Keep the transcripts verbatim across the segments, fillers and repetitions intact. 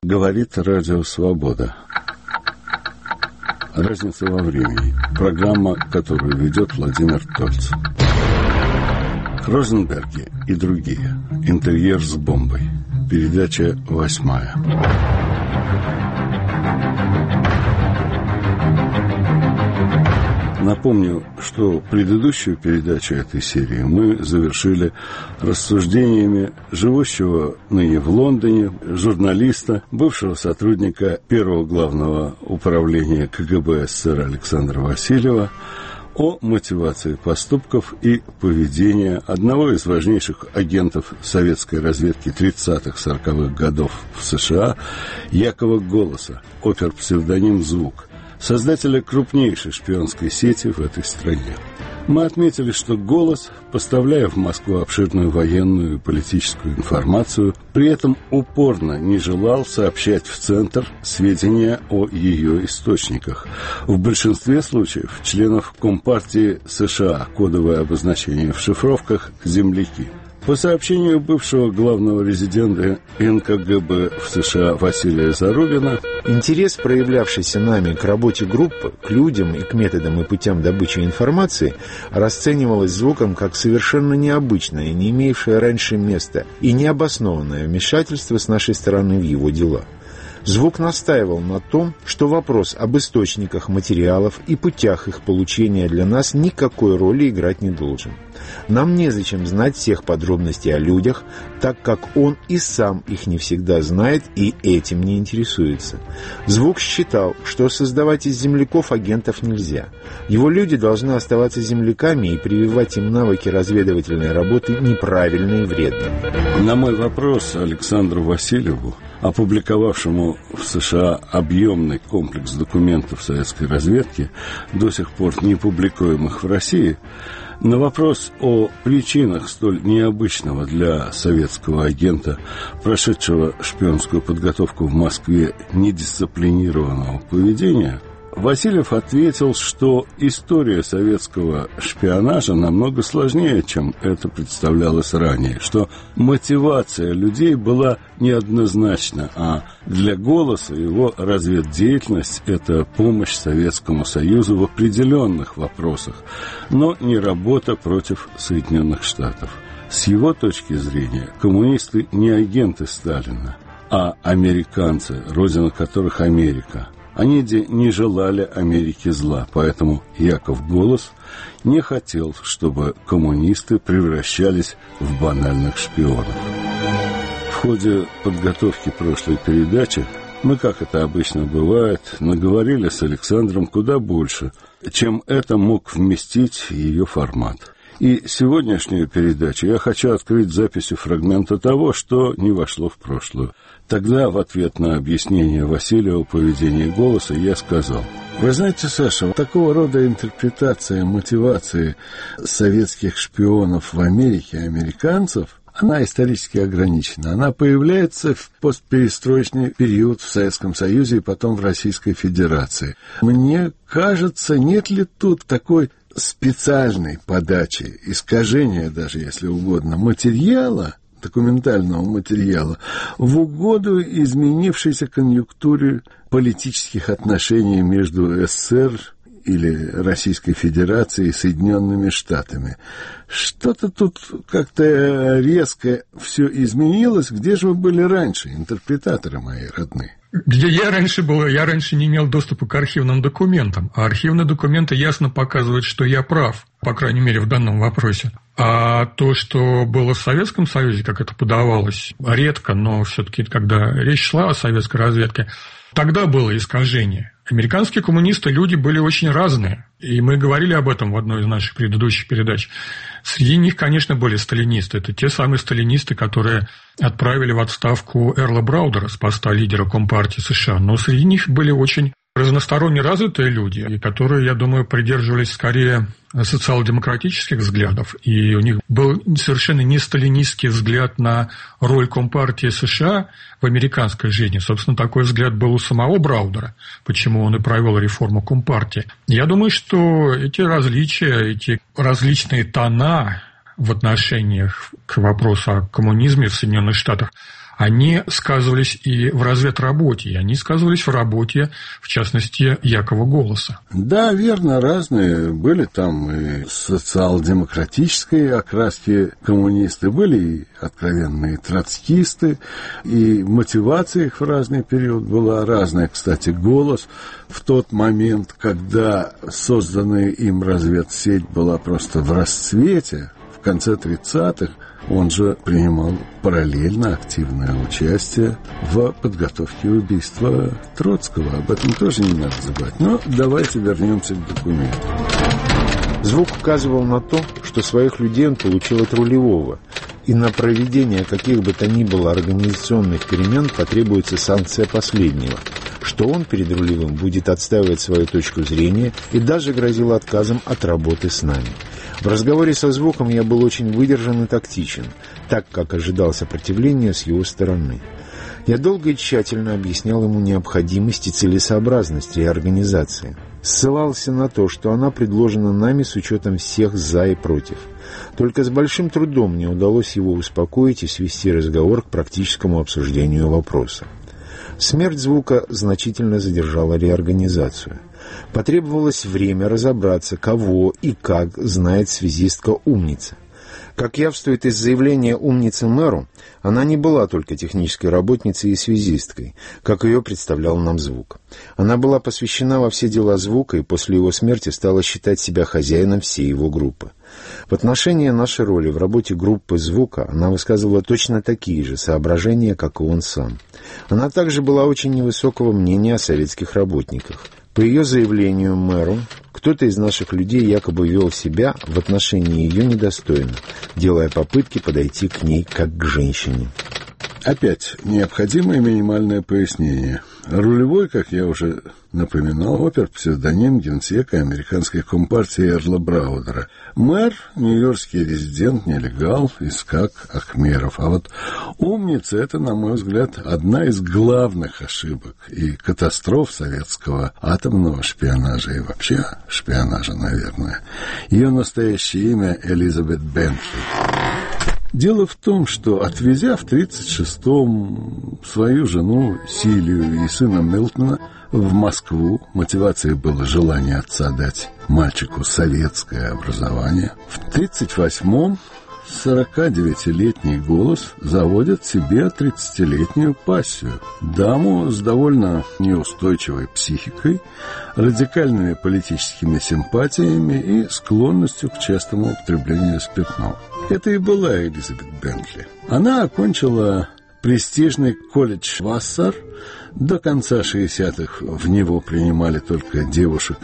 Говорит Радио Свобода. Разница во времени. Программа, которую ведет Владимир Тольц. Розенберги и другие. Интерьер с бомбой. Передача восьмая. Напомню, что предыдущую передачу этой серии мы завершили рассуждениями живущего ныне в Лондоне журналиста, бывшего сотрудника первого главного управления ка гэ бэ эс эс эр Александра Васильева о мотивации поступков и поведения одного из важнейших агентов советской разведки тридцатых-сороковых годов в США Якова Голоса, опер-псевдоним «Звук», создателя крупнейшей шпионской сети в этой стране. Мы отметили, что «Голос», поставляя в Москву обширную военную и политическую информацию, при этом упорно не желал сообщать в Центр сведения о ее источниках. В большинстве случаев членов Компартии США, кодовое обозначение в шифровках «земляки». По сообщению бывшего главного резидента эн ка гэ бэ в США Василия Зарубина, интерес, проявлявшийся нами к работе группы, к людям и к методам и путям добычи информации, расценивалось «Звуком» как совершенно необычное, не имевшее раньше места и необоснованное вмешательство с нашей стороны в его дела. «Звук» настаивал на том, что вопрос об источниках материалов и путях их получения для нас никакой роли играть не должен. Нам незачем знать всех подробностей о людях, так как он и сам их не всегда знает и этим не интересуется. «Звук» считал, что создавать из земляков агентов нельзя. Его люди должны оставаться земляками и прививать им навыки разведывательной работы неправильно и вредно. На мой вопрос Александру Васильеву, опубликовавшему в США объемный комплекс документов советской разведки, до сих пор не публикуемых в России, на вопрос о причинах столь необычного для советского агента, прошедшего шпионскую подготовку в Москве, недисциплинированного поведения, Васильев ответил, что история советского шпионажа намного сложнее, чем это представлялось ранее, что мотивация людей была неоднозначна, а для «Голоса» его разведдеятельность – это помощь Советскому Союзу в определенных вопросах, но не работа против Соединенных Штатов. С его точки зрения, коммунисты не агенты Сталина, а американцы, родина которых Америка. Они не желали Америке зла, поэтому Яков Голос не хотел, чтобы коммунисты превращались в банальных шпионов. В ходе подготовки прошлой передачи мы, как это обычно бывает, наговорили с Александром куда больше, чем это мог вместить ее формат. И сегодняшнюю передачу я хочу открыть записью фрагмента того, что не вошло в прошлую. Тогда, в ответ на объяснение Васильева поведения «Голоса», я сказал: вы знаете, Саша, такого рода интерпретация мотивации советских шпионов в Америке, американцев, она исторически ограничена. Она появляется в постперестроечный период в Советском Союзе и потом в Российской Федерации. Мне кажется, нет ли тут такой специальной подачи, искажения даже, если угодно, материала, документального материала, в угоду изменившейся конъюнктуре политических отношений между эс эс эс эр или Российской Федерацией и Соединенными Штатами. Что-то тут как-то резко все изменилось. Где же вы были раньше, интерпретаторы мои родные? Где я раньше был, я раньше не имел доступа к архивным документам, а архивные документы ясно показывают, что я прав, по крайней мере, в данном вопросе. А то, что было в Советском Союзе, как это подавалось, редко, но все-таки, когда речь шла о советской разведке, тогда было искажение. Американские коммунисты, люди были очень разные, и мы говорили об этом в одной из наших предыдущих передач. Среди них, конечно, были сталинисты. Это те самые сталинисты, которые отправили в отставку Эрла Браудера с поста лидера Компартии США. Но среди них были очень разносторонне развитые люди, которые, я думаю, придерживались скорее социал-демократических взглядов, и у них был совершенно не сталинистский взгляд на роль Компартии США в американской жизни. Собственно, такой взгляд был у самого Браудера, почему он и провел реформу Компартии. Я думаю, что эти различия, эти различные тона в отношениях к вопросу о коммунизме в Соединенных Штатах, они сказывались и в разведработе, и они сказывались в работе, в частности, Якова Голоса. Да, верно, разные. Были там и социал-демократические окраски коммунисты, были и откровенные троцкисты, и мотивация их в разный период была разная. Кстати, Голос в тот момент, когда созданная им разведсеть была просто в расцвете, в конце тридцатых, он же принимал параллельно активное участие в подготовке убийства Троцкого. Об этом тоже не надо забывать. Но давайте вернемся к документу. Звук указывал на то, что своих людей он получил от Рулевого, и на проведение каких бы то ни было организационных перемен потребуется санкция последнего, что он перед Рулевым будет отстаивать свою точку зрения и даже грозил отказом от работы с нами. В разговоре со Звуком я был очень выдержан и тактичен, так как ожидал сопротивления с его стороны. Я долго и тщательно объяснял ему необходимость и целесообразность реорганизации. Ссылался на то, что она предложена нами с учетом всех «за» и «против». Только с большим трудом мне удалось его успокоить и свести разговор к практическому обсуждению вопроса. Смерть Звука значительно задержала реорганизацию. Потребовалось время разобраться, кого и как знает связистка-умница. Как явствует из заявления умницы мэру, она не была только технической работницей и связисткой, как ее представлял нам Звук. Она была посвящена во все дела Звука и после его смерти стала считать себя хозяином всей его группы. В отношении нашей роли в работе группы Звука она высказывала точно такие же соображения, как и он сам. Она также была очень невысокого мнения о советских работниках. По ее заявлению мэру, кто-то из наших людей якобы вел себя в отношении ее недостойно, делая попытки подойти к ней как к женщине. Опять необходимое минимальное пояснение. Рулевой, как я уже напоминал, опер-псевдоним генсека американской компартии Эрла Браудера. Мэр, нью-йоркский резидент, нелегал, Искак Ахмеров. А вот умница — это, на мой взгляд, одна из главных ошибок и катастроф советского атомного шпионажа и вообще шпионажа, наверное. Ее настоящее имя — Элизабет Бентли. Дело в том, что, отвезя в тридцать шестом свою жену Силию и сына Милтона в Москву, мотивацией было желание отца дать мальчику советское образование, в тридцать восьмом сорокадевятилетний Голос заводит себе тридцатилетнюю пассию, даму с довольно неустойчивой психикой, радикальными политическими симпатиями и склонностью к частому употреблению спиртного. Это и была Элизабет Бентли. Она окончила престижный колледж Вассар. До конца шестидесятых в него принимали только девушек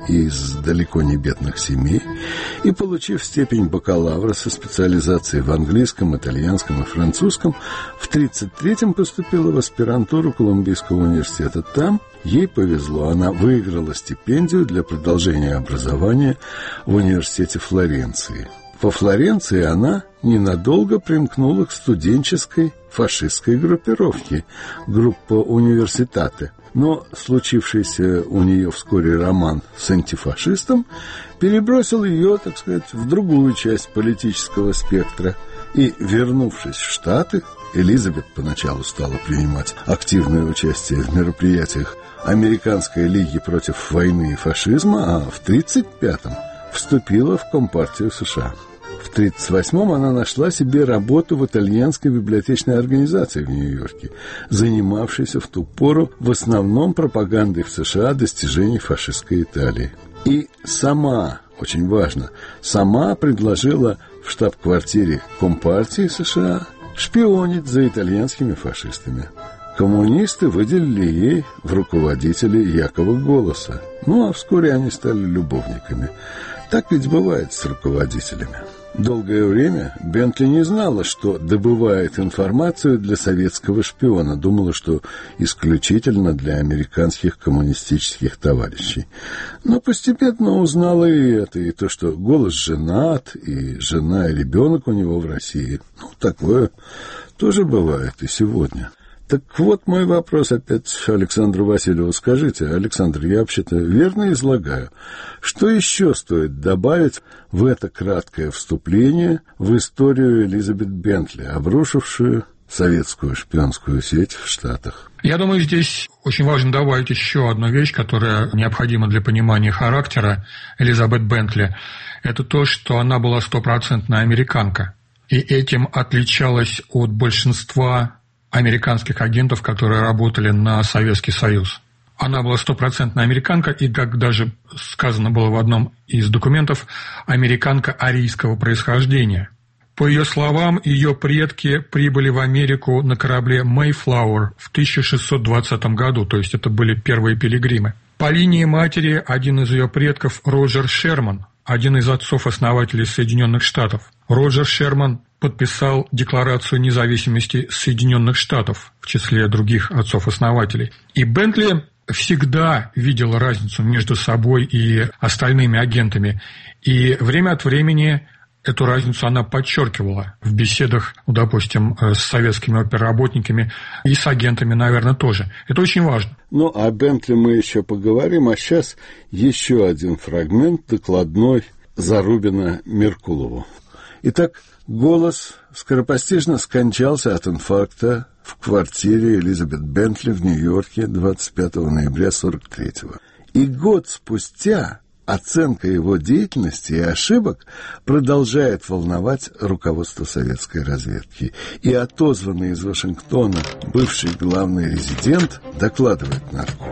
из далеко не бедных семей, и, получив степень бакалавра со специализацией в английском, итальянском и французском, в тридцать третьем поступила в аспирантуру Колумбийского университета. Там ей повезло, она выиграла стипендию для продолжения образования в университете Флоренции. Во Флоренции она ненадолго примкнула к студенческой фашистской группировке, группа «Университаты». Но случившийся у нее вскоре роман с антифашистом перебросил ее, так сказать, в другую часть политического спектра. И, вернувшись в Штаты, Элизабет поначалу стала принимать активное участие в мероприятиях Американской лиги против войны и фашизма, а в тридцать пятом вступила в Компартию США. В тридцать восьмом она нашла себе работу в итальянской библиотечной организации в Нью-Йорке, занимавшейся в ту пору в основном пропагандой в США достижений фашистской Италии. И сама, очень важно, сама предложила в штаб-квартире Компартии США шпионить за итальянскими фашистами. Коммунисты выделили ей в руководители Якова Голоса. Ну, а вскоре они стали любовниками. Так ведь бывает с руководителями. Долгое время Бентли не знала, что добывает информацию для советского шпиона. Думала, что исключительно для американских коммунистических товарищей. Но постепенно узнала и это, и то, что Голос женат, и жена, и ребенок у него в России. Ну, такое тоже бывает и сегодня. Так вот мой вопрос опять Александру Васильеву. Скажите, Александр, я вообще-то верно излагаю, что еще стоит добавить в это краткое вступление в историю Элизабет Бентли, обрушившую советскую шпионскую сеть в Штатах. Я думаю, здесь очень важно добавить еще одну вещь, которая необходима для понимания характера Элизабет Бентли. Это то, что она была стопроцентная американка. И этим отличалась от большинства американских агентов, которые работали на Советский Союз. Она была стопроцентная американка, и, как даже сказано было в одном из документов, американка арийского происхождения. По ее словам, ее предки прибыли в Америку на корабле «Мэйфлауэр» в тысяча шестьсот двадцатом году, то есть это были первые пилигримы. По линии матери один из ее предков – Роджер Шерман, один из отцов-основателей Соединенных Штатов. Роджер Шерман подписал Декларацию независимости Соединенных Штатов в числе других отцов-основателей. И Бентли всегда видела разницу между собой и остальными агентами. И время от времени эту разницу она подчеркивала в беседах, ну, допустим, с советскими оперработниками и с агентами, наверное, тоже. Это очень важно. Ну, о Бентли мы еще поговорим, а сейчас еще один фрагмент докладной Зарубина Меркулову. Итак, Голос скоропостижно скончался от инфаркта в квартире Элизабет Бентли в Нью-Йорке двадцать пятого ноября сорок третьего. И год спустя оценка его деятельности и ошибок продолжает волновать руководство советской разведки. И отозванный из Вашингтона бывший главный резидент докладывает нарку.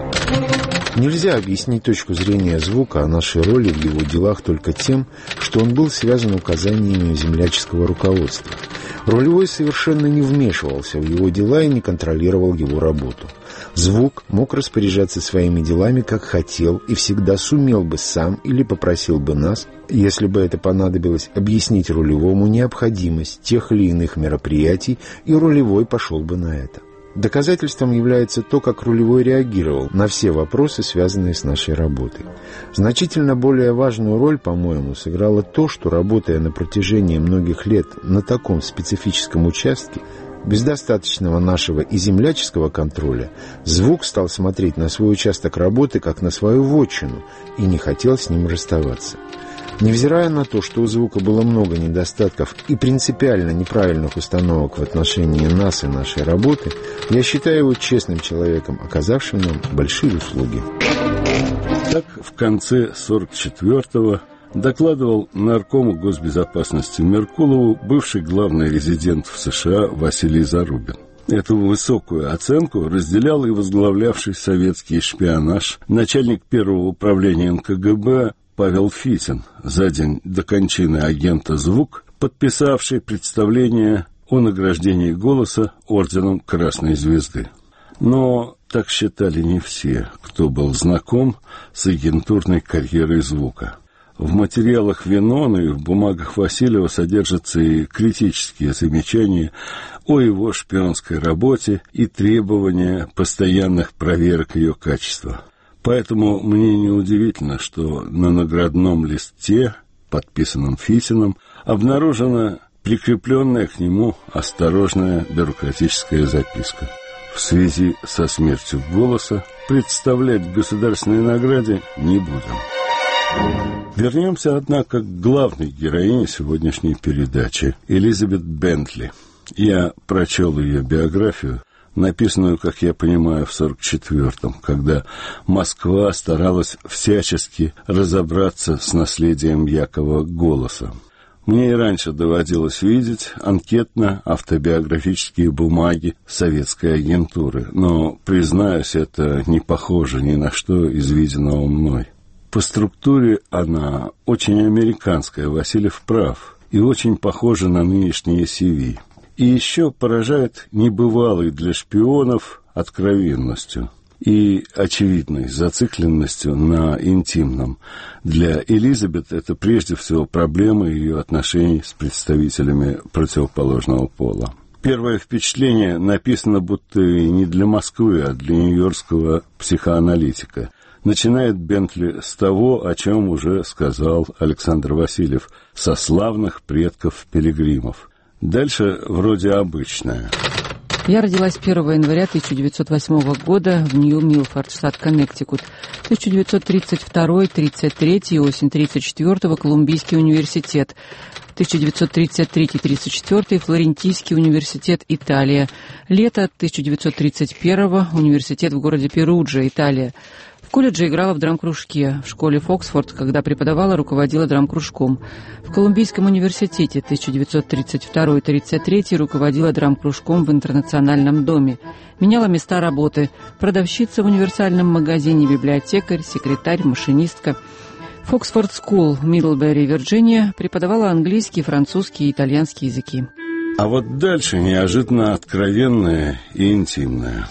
Нельзя объяснить точку зрения Звука о нашей роли в его делах только тем, что он был связан указаниями земляческого руководства. Рулевой совершенно не вмешивался в его дела и не контролировал его работу. Звук мог распоряжаться своими делами, как хотел, и всегда сумел бы сам или попросил бы нас, если бы это понадобилось, объяснить рулевому необходимость тех или иных мероприятий, и рулевой пошел бы на это. Доказательством является то, как рулевой реагировал на все вопросы, связанные с нашей работой. Значительно более важную роль, по-моему, сыграло то, что, работая на протяжении многих лет на таком специфическом участке, без достаточного нашего и земляческого контроля, Звук стал смотреть на свой участок работы как на свою вотчину и не хотел с ним расставаться. Невзирая на то, что у Звука было много недостатков и принципиально неправильных установок в отношении нас и нашей работы, я считаю его честным человеком, оказавшим нам большие услуги. Так, в конце сорок четвёртого докладывал наркому госбезопасности Меркулову бывший главный резидент в США Василий Зарубин. Эту высокую оценку разделял и возглавлявший советский шпионаж начальник первого управления эн ка гэ бэ Павел Фитин, за день до кончины агента «Звук», подписавший представление о награждении «Голоса» орденом Красной Звезды. Но так считали не все, кто был знаком с агентурной карьерой «Звука». В материалах Венона и в бумагах Васильева содержатся и критические замечания о его шпионской работе и требования постоянных проверок ее качества. Поэтому мне неудивительно, что на наградном листе, подписанном Фитиным, обнаружена прикрепленная к нему осторожная бюрократическая записка. В связи со смертью «Голоса» представлять в государственной награде не будем. Вернемся, однако, к главной героине сегодняшней передачи – Элизабет Бентли. Я прочел ее биографию, написанную, как я понимаю, в сорок четвёртом, когда Москва старалась всячески разобраться с наследием Якова Голоса. Мне и раньше доводилось видеть анкетно-автобиографические бумаги советской агентуры, но, признаюсь, это не похоже ни на что из виденного мной. По структуре она очень американская, Васильев прав, и очень похожа на нынешнее си ви. И еще поражает небывалой для шпионов откровенностью и очевидной зацикленностью на интимном. Для Элизабет это прежде всего проблема ее отношений с представителями противоположного пола. Первое впечатление написано будто не для Москвы, а для нью-йоркского психоаналитика. Начинает Бентли с того, о чем уже сказал Александр Васильев, со славных предков пилигримов. Дальше вроде обычное. Я родилась первого января тысяча девятьсот восьмого года в Нью-Милфорд, штат Коннектикут. тысяча девятьсот тридцать второй — тридцать третий, осень тридцать четвёртого Колумбийский университет. тысяча девятьсот тридцать третий — тридцать четвёртый Флорентийский университет, Италия. Лето тысяча девятьсот тридцать первого университет в городе Перуджа, Италия. В колледже играла в драм-кружке. В школе Фоксфорд, когда преподавала, руководила драм-кружком. В Колумбийском университете тысяча девятьсот тридцать второй — тридцать третий руководила драм-кружком в Интернациональном доме. Меняла места работы. Продавщица в универсальном магазине, библиотекарь, секретарь, машинистка. Фоксфорд Скул, Мидлбери, Вирджиния, преподавала английский, французский и итальянский языки. А вот дальше неожиданно откровенное и интимное.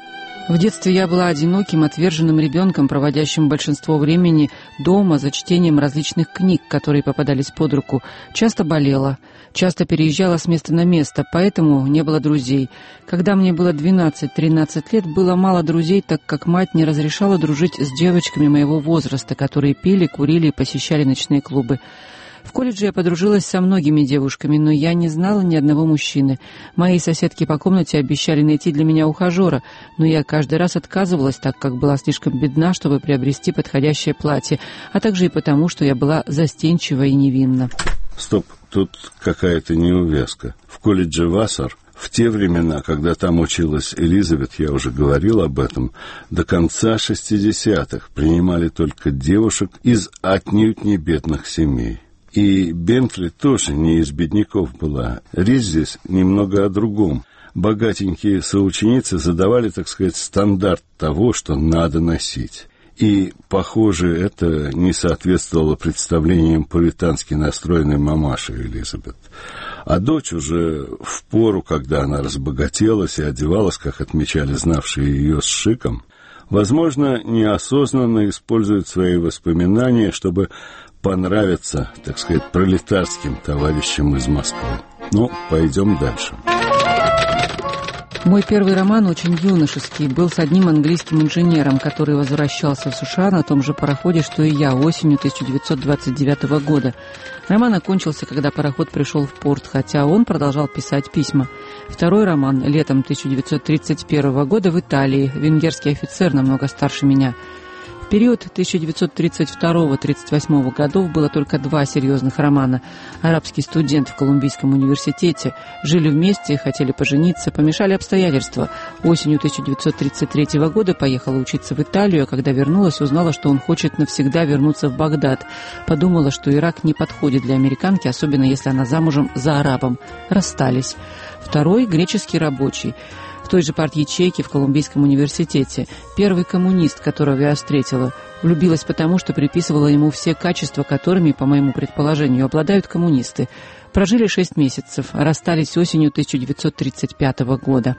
В детстве я была одиноким, отверженным ребенком, проводящим большинство времени дома за чтением различных книг, которые попадались под руку. Часто болела, часто переезжала с места на место, поэтому не было друзей. Когда мне было двенадцать-тринадцать лет, было мало друзей, так как мать не разрешала дружить с девочками моего возраста, которые пили, курили и посещали ночные клубы. В колледже я подружилась со многими девушками, но я не знала ни одного мужчины. Мои соседки по комнате обещали найти для меня ухажера, но я каждый раз отказывалась, так как была слишком бедна, чтобы приобрести подходящее платье, а также и потому, что я была застенчива и невинна. Стоп, тут какая-то неувязка. В колледже Вассар, в те времена, когда там училась Элизабет, я уже говорил об этом, до конца шестидесятых принимали только девушек из отнюдь не бедных семей. И Бентли тоже не из бедняков была. Речь здесь немного о другом. Богатенькие соученицы задавали, так сказать, стандарт того, что надо носить. И, похоже, это не соответствовало представлениям пуритански настроенной мамаши Элизабет. А дочь уже в пору, когда она разбогателась и одевалась, как отмечали знавшие ее с шиком, возможно, неосознанно использует свои воспоминания, чтобы понравиться, так сказать, пролетарским товарищам из Москвы. Ну, пойдем дальше. Мой первый роман, очень юношеский, был с одним английским инженером, который возвращался в США на том же пароходе, что и я, осенью тысяча девятьсот двадцать девятого года. Роман окончился, когда пароход пришел в порт, хотя он продолжал писать письма. Второй роман, летом тысяча девятьсот тридцать первого года, в Италии, венгерский офицер, намного старше меня. В период тысяча девятьсот тридцать второго — тридцать восьмого годов было только два серьезных романа. «Арабский студент» в Колумбийском университете. Жили вместе, хотели пожениться, помешали обстоятельства. Осенью тысяча девятьсот тридцать третьего года поехала учиться в Италию, а когда вернулась, узнала, что он хочет навсегда вернуться в Багдад. Подумала, что Ирак не подходит для американки, особенно если она замужем за арабом. Расстались. Второй — греческий рабочий. В той же парт-ячейке в Колумбийском университете. Первый коммунист, которого я встретила. Влюбилась потому, что приписывала ему все качества, которыми, по моему предположению, обладают коммунисты. Прожили шесть месяцев, расстались осенью тысяча девятьсот тридцать пятого года.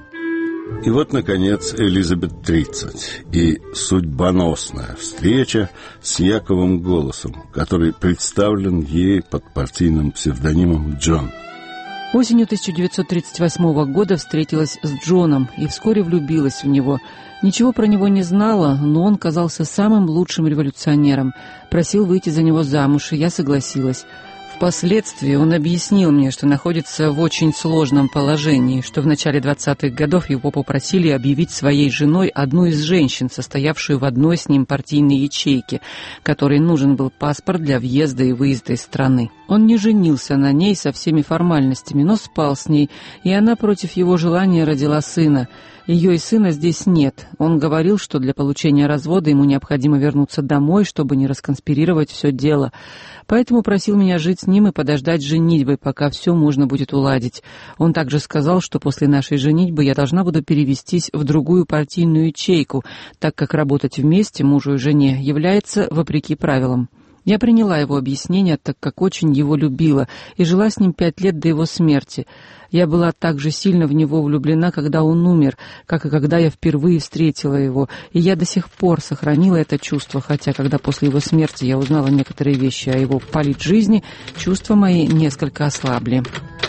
И вот, наконец, Элизабет тридцать. И судьбоносная встреча с Яковом Голосом, который представлен ей под партийным псевдонимом Джон. Осенью тысяча девятьсот тридцать восьмого года встретилась с Джоном и вскоре влюбилась в него. Ничего про него не знала, но он казался самым лучшим революционером. Просил выйти за него замуж, и я согласилась. Впоследствии он объяснил мне, что находится в очень сложном положении, что в начале двадцатых годов его попросили объявить своей женой одну из женщин, состоявшую в одной с ним партийной ячейке, которой нужен был паспорт для въезда и выезда из страны. Он не женился на ней со всеми формальностями, но спал с ней, и она против его желания родила сына. Ее и сына здесь нет. Он говорил, что для получения развода ему необходимо вернуться домой, чтобы не расконспирировать все дело. Поэтому просил меня жить с ним и подождать женитьбы, пока все можно будет уладить. Он также сказал, что после нашей женитьбы я должна буду перевестись в другую партийную ячейку, так как работать вместе мужу и жене является вопреки правилам. Я приняла его объяснение, так как очень его любила, и жила с ним пять лет до его смерти. Я была так же сильно в него влюблена, когда он умер, как и когда я впервые встретила его, и я до сих пор сохранила это чувство, хотя когда после его смерти я узнала некоторые вещи о его политжизни, чувства мои несколько ослабли.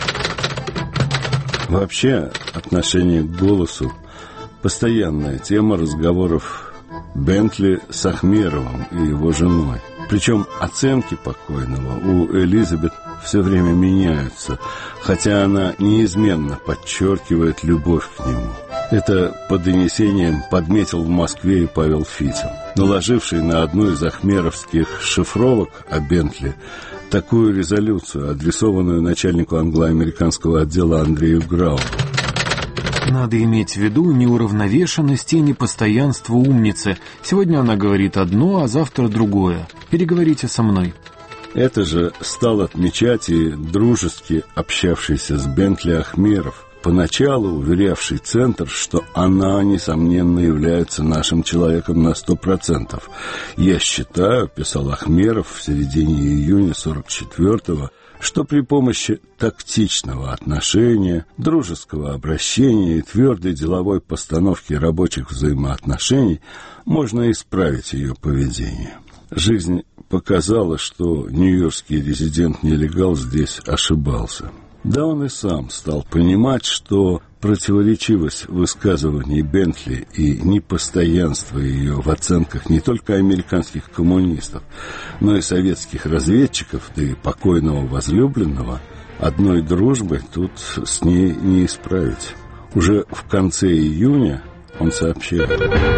Вообще, отношение к Голосу – постоянная тема разговоров Бентли с Ахмеровым и его женой. Причем оценки покойного у Элизабет все время меняются, хотя она неизменно подчеркивает любовь к нему. Это по донесениям подметил в Москве и Павел Фитин, наложивший на одну из ахмеровских шифровок о Бентли такую резолюцию, адресованную начальнику англо-американского отдела Андрею Грау. Надо иметь в виду неуравновешенность и непостоянство умницы. Сегодня она говорит одно, а завтра другое. Переговорите со мной. Это же стал отмечать и дружески общавшийся с Бентли Ахмеров, поначалу уверявший Центр, что она, несомненно, является нашим человеком на сто процентов. «Я считаю, — писал Ахмеров в середине июня сорок четвёртого, что при помощи тактичного отношения, дружеского обращения и твердой деловой постановки рабочих взаимоотношений можно исправить ее поведение». Жизнь показала, что нью-йоркский резидент-нелегал здесь ошибался. Да он и сам стал понимать, что противоречивость высказываний Бентли и непостоянство ее в оценках не только американских коммунистов, но и советских разведчиков, да и покойного возлюбленного, одной дружбы тут с ней не исправить. Уже в конце июня он сообщил: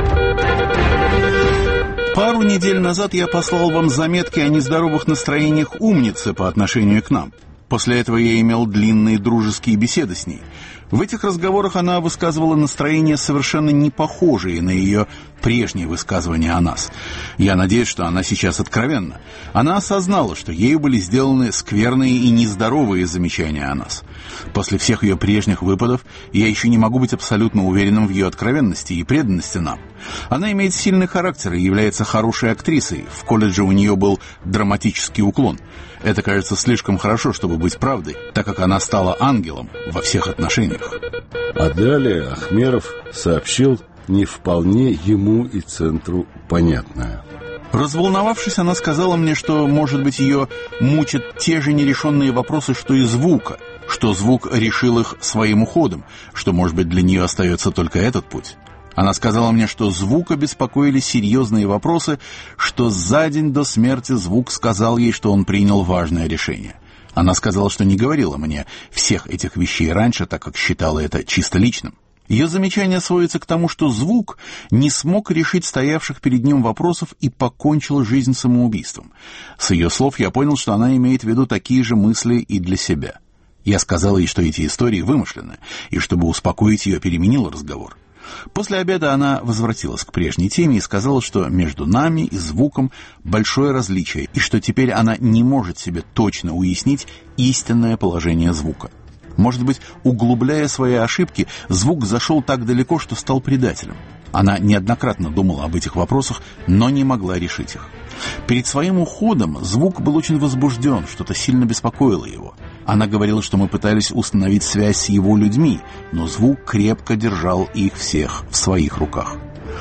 «Пару недель назад я послал вам заметки о нездоровых настроениях умницы по отношению к нам. После этого я имел длинные дружеские беседы с ней. В этих разговорах она высказывала настроения, совершенно не похожие на ее прежние высказывания о нас. Я надеюсь, что она сейчас откровенна. Она осознала, что ею были сделаны скверные и нездоровые замечания о нас. После всех ее прежних выпадов я еще не могу быть абсолютно уверенным в ее откровенности и преданности нам. Она имеет сильный характер и является хорошей актрисой. В колледже у нее был драматический уклон. Это кажется слишком хорошо, чтобы быть правдой, так как она стала ангелом во всех отношениях». А далее Ахмеров сообщил не вполне ему и Центру понятное. Разволновавшись, она сказала мне, что, может быть, ее мучат те же нерешенные вопросы, что и звука, что звук решил их своим уходом, что, может быть, для нее остается только этот путь. Она сказала мне, что звука беспокоили серьезные вопросы, что за день до смерти звук сказал ей, что он принял важное решение. Она сказала, что не говорила мне всех этих вещей раньше, так как считала это чисто личным. Ее замечание сводится к тому, что звук не смог решить стоявших перед ним вопросов и покончил жизнь самоубийством. С ее слов я понял, что она имеет в виду такие же мысли и для себя. Я сказал ей, что эти истории вымышлены, и чтобы успокоить ее, переменил разговор. После обеда она возвратилась к прежней теме и сказала, что между нами и звуком большое различие, и что теперь она не может себе точно уяснить истинное положение звука. Может быть, углубляя свои ошибки, звук зашел так далеко, что стал предателем. Она неоднократно думала об этих вопросах, но не могла решить их. Перед своим уходом звук был очень возбужден, что-то сильно беспокоило его. Она говорила, что мы пытались установить связь с его людьми, но звук крепко держал их всех в своих руках.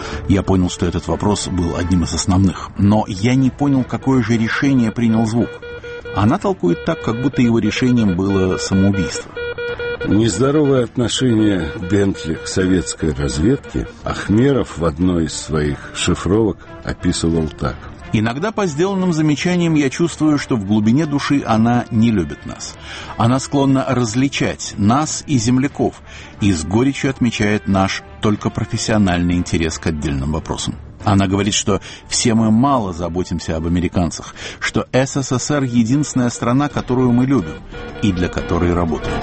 Я понял, что этот вопрос был одним из основных, но я не понял, какое же решение принял звук. Она толкует так, как будто его решением было самоубийство. Нездоровое отношение Бентли к советской разведке Ахмеров в одной из своих шифровок описывал так: «Иногда по сделанным замечаниям я чувствую, что в глубине души она не любит нас. Она склонна различать нас и земляков и с горечью отмечает наш только профессиональный интерес к отдельным вопросам. Она говорит, что все мы мало заботимся об американцах, что СССР — единственная страна, которую мы любим и для которой работаем».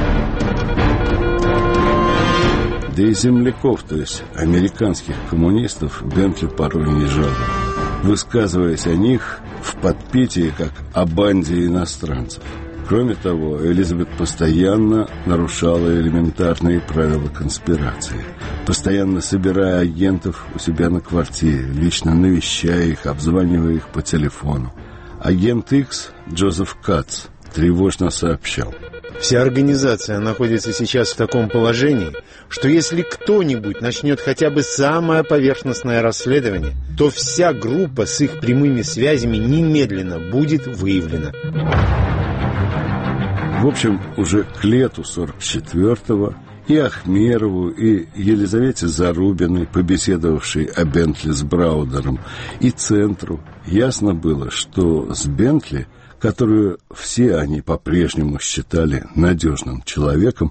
Да и земляков, то есть американских коммунистов, Бентли порой не жаловал, высказываясь о них в подпитии, как о банде иностранцев. Кроме того, Элизабет постоянно нарушала элементарные правила конспирации, постоянно собирая агентов у себя на квартире, лично навещая их, обзванивая их по телефону. Агент Икс, Джозеф Кац, тревожно сообщал: «Вся организация находится сейчас в таком положении, что если кто-нибудь начнет хотя бы самое поверхностное расследование, то вся группа с их прямыми связями немедленно будет выявлена». В общем, уже к лету сорок четвёртого И Ахмерову, и Елизавете Зарубиной, побеседовавшей о Бентли с Браудером, и Центру, ясно было, что с Бентли, которую все они по-прежнему считали надежным человеком,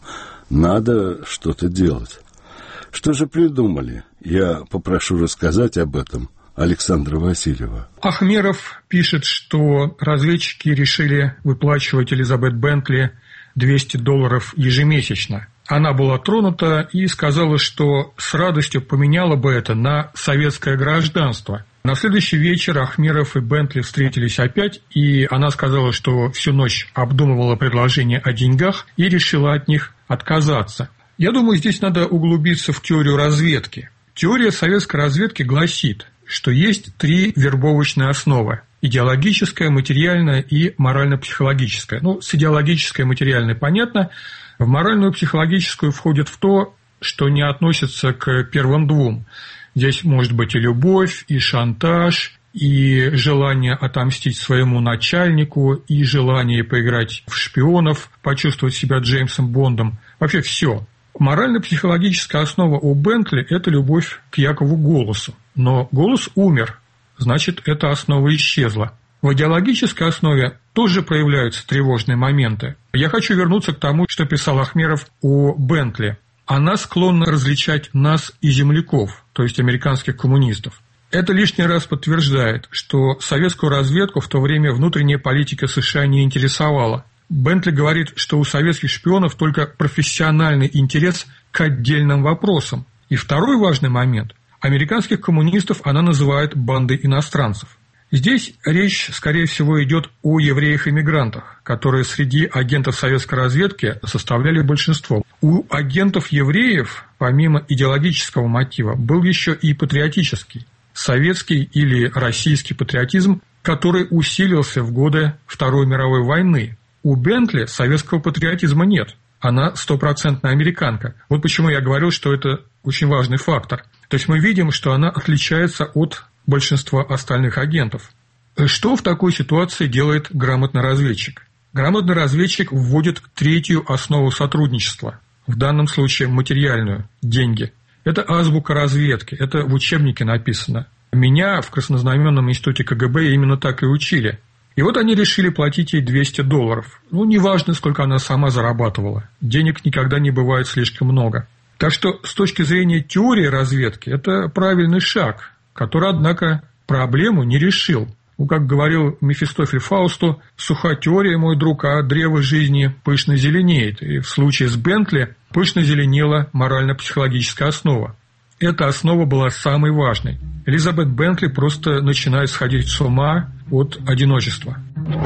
надо что-то делать. Что же придумали? Я попрошу рассказать об этом Александра Васильева. Ахмеров пишет, что разведчики решили выплачивать Элизабет Бентли двести долларов ежемесячно. Она была тронута и сказала, что с радостью поменяла бы это на советское гражданство. На следующий вечер Ахмеров и Бентли встретились опять, и она сказала, что всю ночь обдумывала предложение о деньгах и решила от них отказаться. Я думаю, здесь надо углубиться в теорию разведки. Теория советской разведки гласит, что есть три вербовочные основы – идеологическая, материальная и морально-психологическая. Ну, с идеологической и материальной понятно. В моральную и психологическую входит в то, что не относится к первым двум. Здесь может быть и любовь, и шантаж, и желание отомстить своему начальнику, и желание поиграть в шпионов, почувствовать себя Джеймсом Бондом. Вообще все. Морально-психологическая основа у Бентли – это любовь к Якову Голосу. Но Голос умер, значит, эта основа исчезла. В идеологической основе тоже проявляются тревожные моменты. Я хочу вернуться к тому, что писал Ахмеров о Бентли. Она склонна различать нас и земляков, то есть американских коммунистов. Это лишний раз подтверждает, что советскую разведку в то время внутренняя политика США не интересовала. Бентли говорит, что у советских шпионов только профессиональный интерес к отдельным вопросам. И второй важный момент – американских коммунистов она называет бандой иностранцев. Здесь речь, скорее всего, идет о евреях-эмигрантах, которые среди агентов советской разведки составляли большинство. У агентов-евреев, помимо идеологического мотива, был еще и патриотический, советский или российский патриотизм, который усилился в годы Второй мировой войны. У Бентли советского патриотизма нет. Она стопроцентная американка. Вот почему я говорил, что это очень важный фактор. То есть мы видим, что она отличается от большинства остальных агентов. Что в такой ситуации делает грамотный разведчик? Грамотный разведчик вводит третью основу сотрудничества, в данном случае материальную – деньги. Это азбука разведки, это в учебнике написано. Меня в Краснознаменном институте ка гэ бэ именно так и учили. И вот они решили платить ей двести долларов. Ну, неважно, сколько она сама зарабатывала. Денег никогда не бывает слишком много. Так что с точки зрения теории разведки это правильный шаг, который, однако, проблему не решил. Ну, как говорил Мефистофель Фаусту, суха теория, мой друг, а древо жизни пышно зеленеет. И в случае с Бентли пышно зеленела морально-психологическая основа. Эта основа была самой важной. Элизабет Бентли просто начинает сходить с ума от одиночества.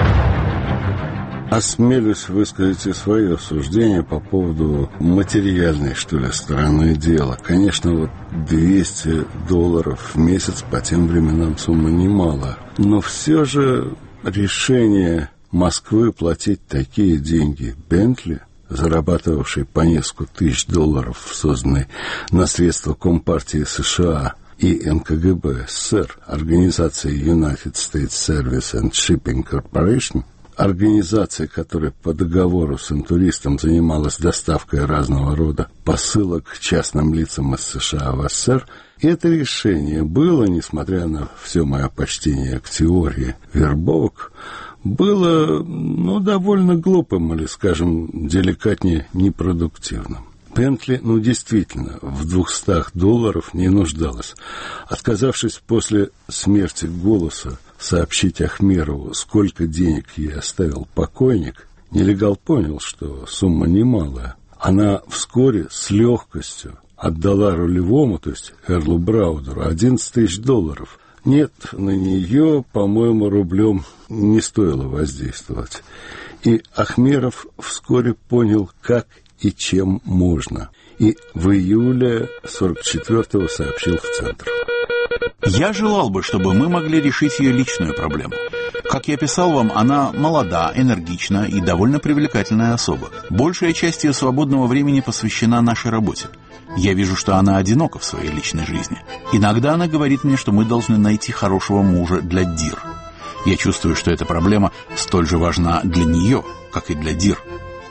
Осмелюсь высказать и свое суждение по поводу материальной, что ли, стороны дела. Конечно, вот двести долларов в месяц по тем временам сумма немало. Но все же решение Москвы платить такие деньги Бентли, зарабатывавший по несколько тысяч долларов в созданной на средства Компартии США и эн ка гэ бэ эс эс эр, организации United States Service and Shipping Corporation, организация, которая по договору с интуристом занималась доставкой разного рода посылок частным лицам из США в эс эс эс эр, это решение было, несмотря на все мое почтение к теории вербовок, было, ну, довольно глупым или, скажем, деликатнее непродуктивным. Бентли, ну, действительно, в двухстах долларов не нуждалась. Отказавшись после смерти Голоса сообщить Ахмерову, сколько денег ей оставил покойник, нелегал понял, что сумма немалая. Она вскоре с легкостью отдала рулевому, то есть Эрлу Браудеру, одиннадцать тысяч долларов. Нет, на нее, по-моему, рублем не стоило воздействовать. И Ахмеров вскоре понял, как и чем можно. И в июле сорок четвёртого сообщил в Центр. Я желал бы, чтобы мы могли решить ее личную проблему. Как я писал вам, она молода, энергична и довольно привлекательная особа. Большая часть ее свободного времени посвящена нашей работе. Я вижу, что она одинока в своей личной жизни. Иногда она говорит мне, что мы должны найти хорошего мужа для Дир. Я чувствую, что эта проблема столь же важна для нее, как и для Дир.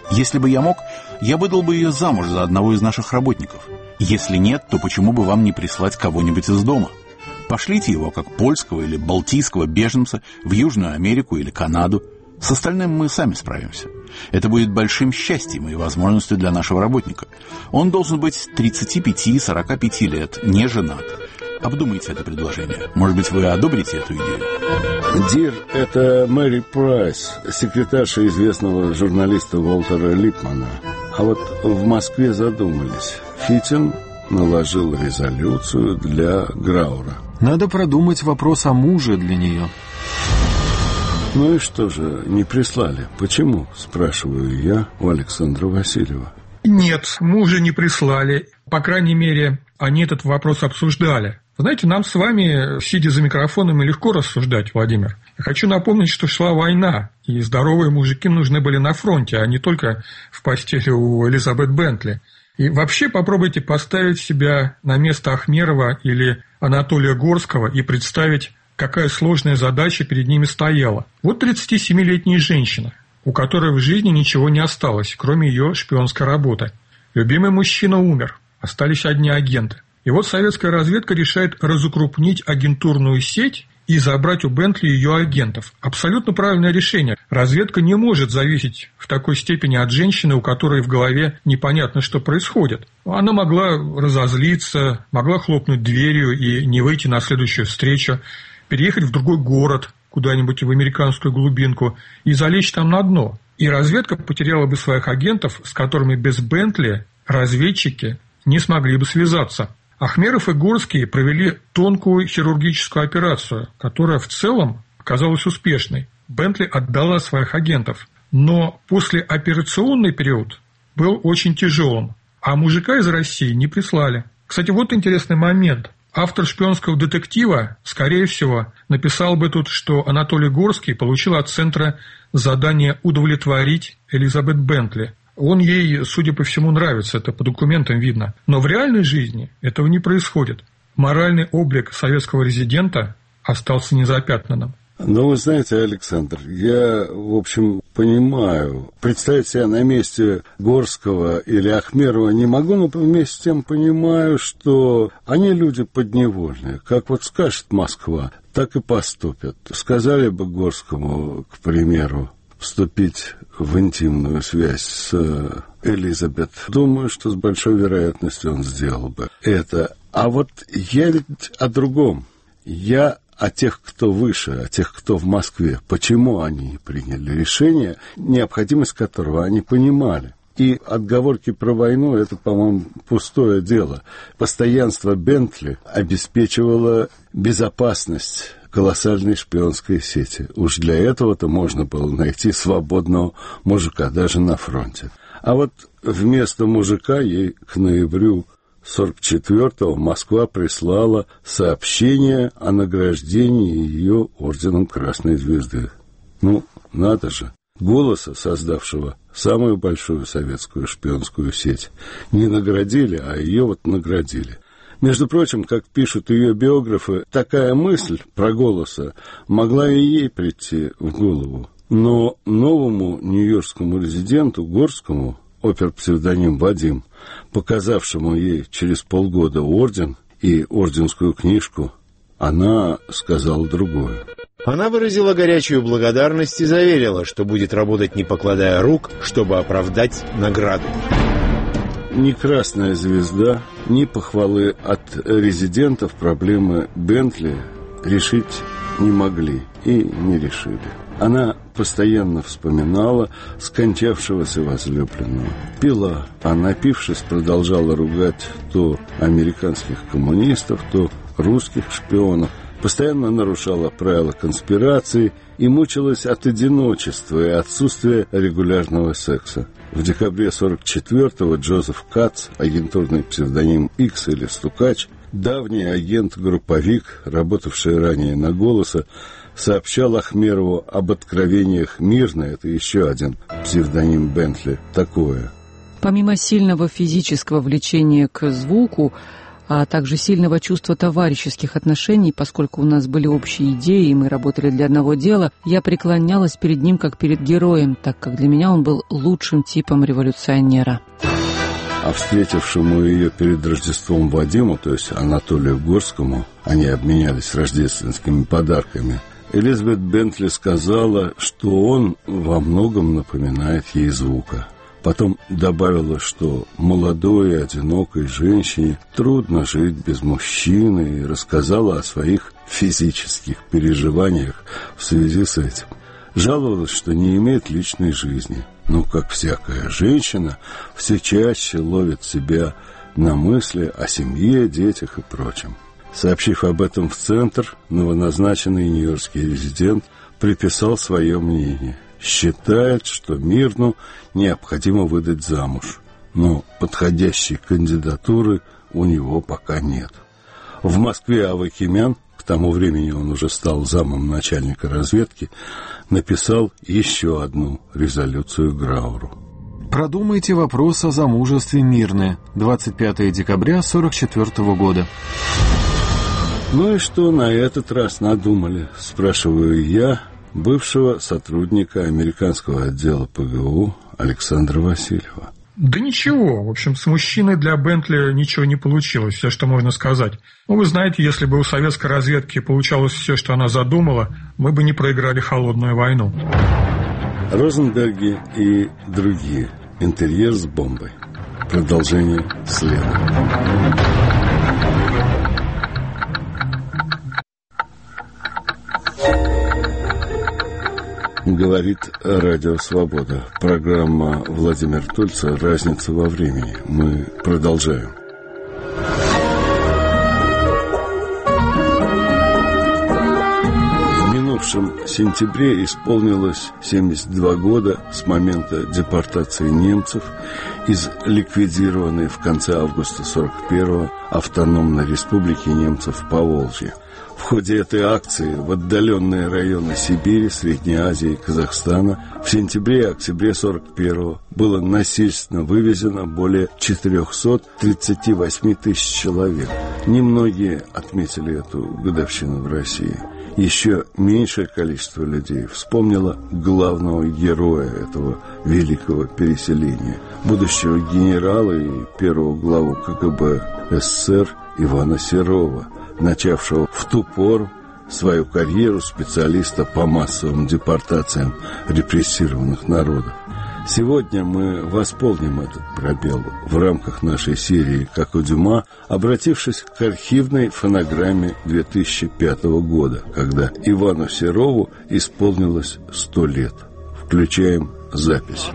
Если бы я мог, я выдал бы ее замуж за одного из наших работников. Если нет, то почему бы вам не прислать кого-нибудь из дома? Пошлите его, как польского или балтийского беженца, в Южную Америку или Канаду. С остальным мы сами справимся. Это будет большим счастьем и возможностью для нашего работника. Он должен быть тридцати пяти-сорока пяти лет, не женат. Обдумайте это предложение. Может быть, вы одобрите эту идею? Дир – это Мэри Прайс, секретарша известного журналиста Уолтера Липмана. А вот в Москве задумались. Фитин наложил резолюцию для Граура. Надо продумать вопрос о муже для нее. Ну и что же, не прислали? Почему, спрашиваю я у Александра Васильева. Нет, мужа не прислали. По крайней мере, они этот вопрос обсуждали. Знаете, нам с вами, сидя за микрофонами, легко рассуждать, Владимир. Я хочу напомнить, что шла война, и здоровые мужики нужны были на фронте, а не только в постели у Элизабет Бентли. И вообще попробуйте поставить себя на место Ахмерова или Анатолия Горского и представить, какая сложная задача перед ними стояла. Вот тридцатисемилетняя женщина, у которой в жизни ничего не осталось, кроме ее шпионской работы. Любимый мужчина умер, остались одни агенты. И вот советская разведка решает разукрупнить агентурную сеть и забрать у Бентли ее агентов. Абсолютно правильное решение. Разведка не может зависеть в такой степени от женщины, у которой в голове непонятно, что происходит. Она могла разозлиться, могла хлопнуть дверью и не выйти на следующую встречу, переехать в другой город, куда-нибудь в американскую глубинку, и залечь там на дно. И разведка потеряла бы своих агентов, с которыми без Бентли разведчики не смогли бы связаться. Ахмеров и Горский провели тонкую хирургическую операцию, которая в целом оказалась успешной. Бентли отдала своих агентов, но послеоперационный период был очень тяжелым, а мужика из России не прислали. Кстати, вот интересный момент. Автор шпионского детектива, скорее всего, написал бы тут, что Анатолий Горский получил от Центра задание удовлетворить Элизабет Бентли. Он ей, судя по всему, нравится, это по документам видно. Но в реальной жизни этого не происходит. Моральный облик советского резидента остался незапятнанным. Ну, вы знаете, Александр, я, в общем, понимаю. Представить себя на месте Горского или Ахмерова не могу, но вместе с тем понимаю, что они люди подневольные. Как вот скажет Москва, так и поступят. Сказали бы Горскому, к примеру, вступить в интимную связь с Элизабет. Думаю, что с большой вероятностью он сделал бы это. А вот я ведь о другом. Я о тех, кто выше, о тех, кто в Москве. Почему они приняли решение, необходимость которого они понимали. И отговорки про войну – это, по-моему, пустое дело. Постоянство Бентли обеспечивало безопасность колоссальной шпионской сети. Уж для этого-то можно было найти свободного мужика, даже на фронте. А вот вместо мужика ей к ноябрю сорок четвёртого Москва прислала сообщение о награждении ее орденом Красной Звезды. Ну, надо же. Голоса, создавшего самую большую советскую шпионскую сеть, не наградили, а ее вот наградили. Между прочим, как пишут ее биографы, такая мысль про Голоса могла и ей прийти в голову. Но новому нью-йоркскому резиденту Горскому, опер-псевдоним Вадим, показавшему ей через полгода орден и орденскую книжку, она сказала другое. Она выразила горячую благодарность и заверила, что будет работать, не покладая рук, чтобы оправдать награду. Ни Красная Звезда, ни похвалы от резидентов проблемы Бентли решить не могли и не решили. Она постоянно вспоминала скончавшегося возлюбленного. Пила, а напившись, продолжала ругать то американских коммунистов, то русских шпионов. Постоянно нарушала правила конспирации и мучилась от одиночества и отсутствия регулярного секса. В декабре сорок четвёртого Джозеф Кац, агентурный псевдоним Икс или Стукач, давний агент-групповик, работавший ранее на «Голоса», сообщал Ахмерову об откровениях Мирно, это еще один псевдоним Бентли, такое. Помимо сильного физического влечения к звуку, а также сильного чувства товарищеских отношений, поскольку у нас были общие идеи, и мы работали для одного дела, я преклонялась перед ним как перед героем, так как для меня он был лучшим типом революционера. А встретившему ее перед Рождеством Вадиму, то есть Анатолию Горскому, они обменялись рождественскими подарками, Элизабет Бентли сказала, что он во многом напоминает ей Звука. Потом добавила, что молодой и одинокой женщине трудно жить без мужчины, и рассказала о своих физических переживаниях в связи с этим. Жаловалась, что не имеет личной жизни, но, как всякая женщина, все чаще ловит себя на мысли о семье, детях и прочем. Сообщив об этом в Центр, новоназначенный нью-йоркский резидент приписал свое мнение. Считает, что Мирну необходимо выдать замуж, но подходящей кандидатуры у него пока нет. В Москве Авакимян, к тому времени он уже стал замом начальника разведки, написал еще одну резолюцию Грауру. Продумайте вопрос о замужестве Мирны. двадцать пятого декабря сорок четвёртого года. Ну и что на этот раз надумали, спрашиваю я бывшего сотрудника американского отдела ПГУ Александра Васильева. Да ничего. В общем, с мужчиной для Бентли ничего не получилось, все, что можно сказать. Ну, вы знаете, если бы у советской разведки получалось все, что она задумала, мы бы не проиграли холодную войну. Розенберги и другие. Интерьер с бомбой. Продолжение следует. Говорит Радио Свобода. Программа Владимир Тульца «Разница во времени». Мы продолжаем. В минувшем сентябре исполнилось семьдесят два года с момента депортации немцев из ликвидированной в конце августа сорок первого автономной республики немцев Поволжья. В ходе этой акции в отдаленные районы Сибири, Средней Азии и Казахстана в сентябре и октябре сорок первого было насильственно вывезено более четыреста тридцать восемь тысяч человек. Немногие отметили эту годовщину в России. Еще меньшее количество людей вспомнило главного героя этого великого переселения, будущего генерала и первого главу КГБ СССР Ивана Серова, начавшего в ту пору свою карьеру специалиста по массовым депортациям репрессированных народов. Сегодня мы восполним этот пробел в рамках нашей серии «Как у Дюма», обратившись к архивной фонограмме две тысячи пятого года, когда Ивану Серову исполнилось сто лет. Включаем запись.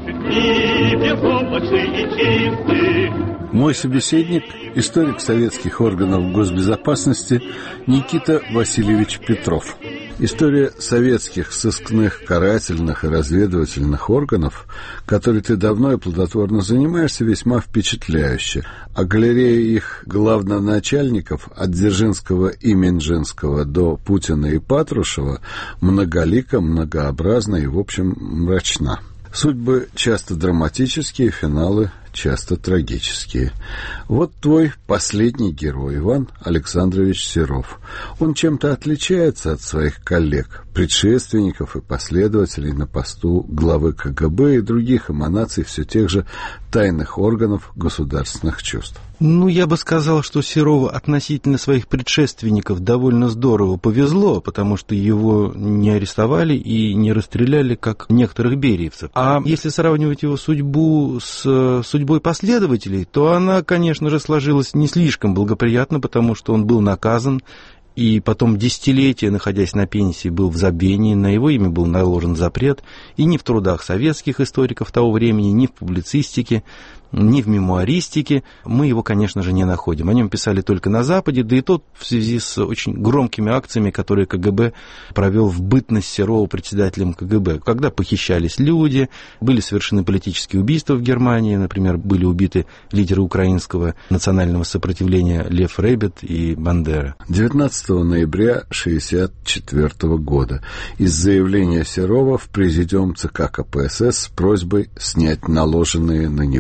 Мой собеседник – историк советских органов госбезопасности Никита Васильевич Петров. История советских сыскных, карательных и разведывательных органов, которой ты давно и плодотворно занимаешься, весьма впечатляющая. А галерея их главноначальников от Дзержинского и Минжинского до Путина и Патрушева многолика, многообразна и, в общем, мрачна. Судьбы часто драматические, финалы часто трагические. Вот твой последний герой, Иван Александрович Серов. Он чем-то отличается от своих коллег, предшественников и последователей на посту главы КГБ и других эманаций все тех же тайных органов государственных чувств. Ну, я бы сказал, что Серову относительно своих предшественников довольно здорово повезло, потому что его не арестовали и не расстреляли, как некоторых бериевцев. А если сравнивать его судьбу с судьбой последователей, то она, конечно же, сложилась не слишком благоприятно, потому что он был наказан, и потом десятилетия, находясь на пенсии, был в забвении, на его имя был наложен запрет, и ни в трудах советских историков того времени, ни в публицистике, ни в мемуаристике мы его, конечно же, не находим. О нем писали только на Западе, да и тот в связи с очень громкими акциями, которые КГБ провел в бытность Серова председателем КГБ, когда похищались люди, были совершены политические убийства в Германии, например, были убиты лидеры украинского национального сопротивления Лев Рейбет и Бандера. девятнадцатого ноября шестьдесят четвёртого года из заявления Серова в президиум ЦК КПСС с просьбой снять наложенные на него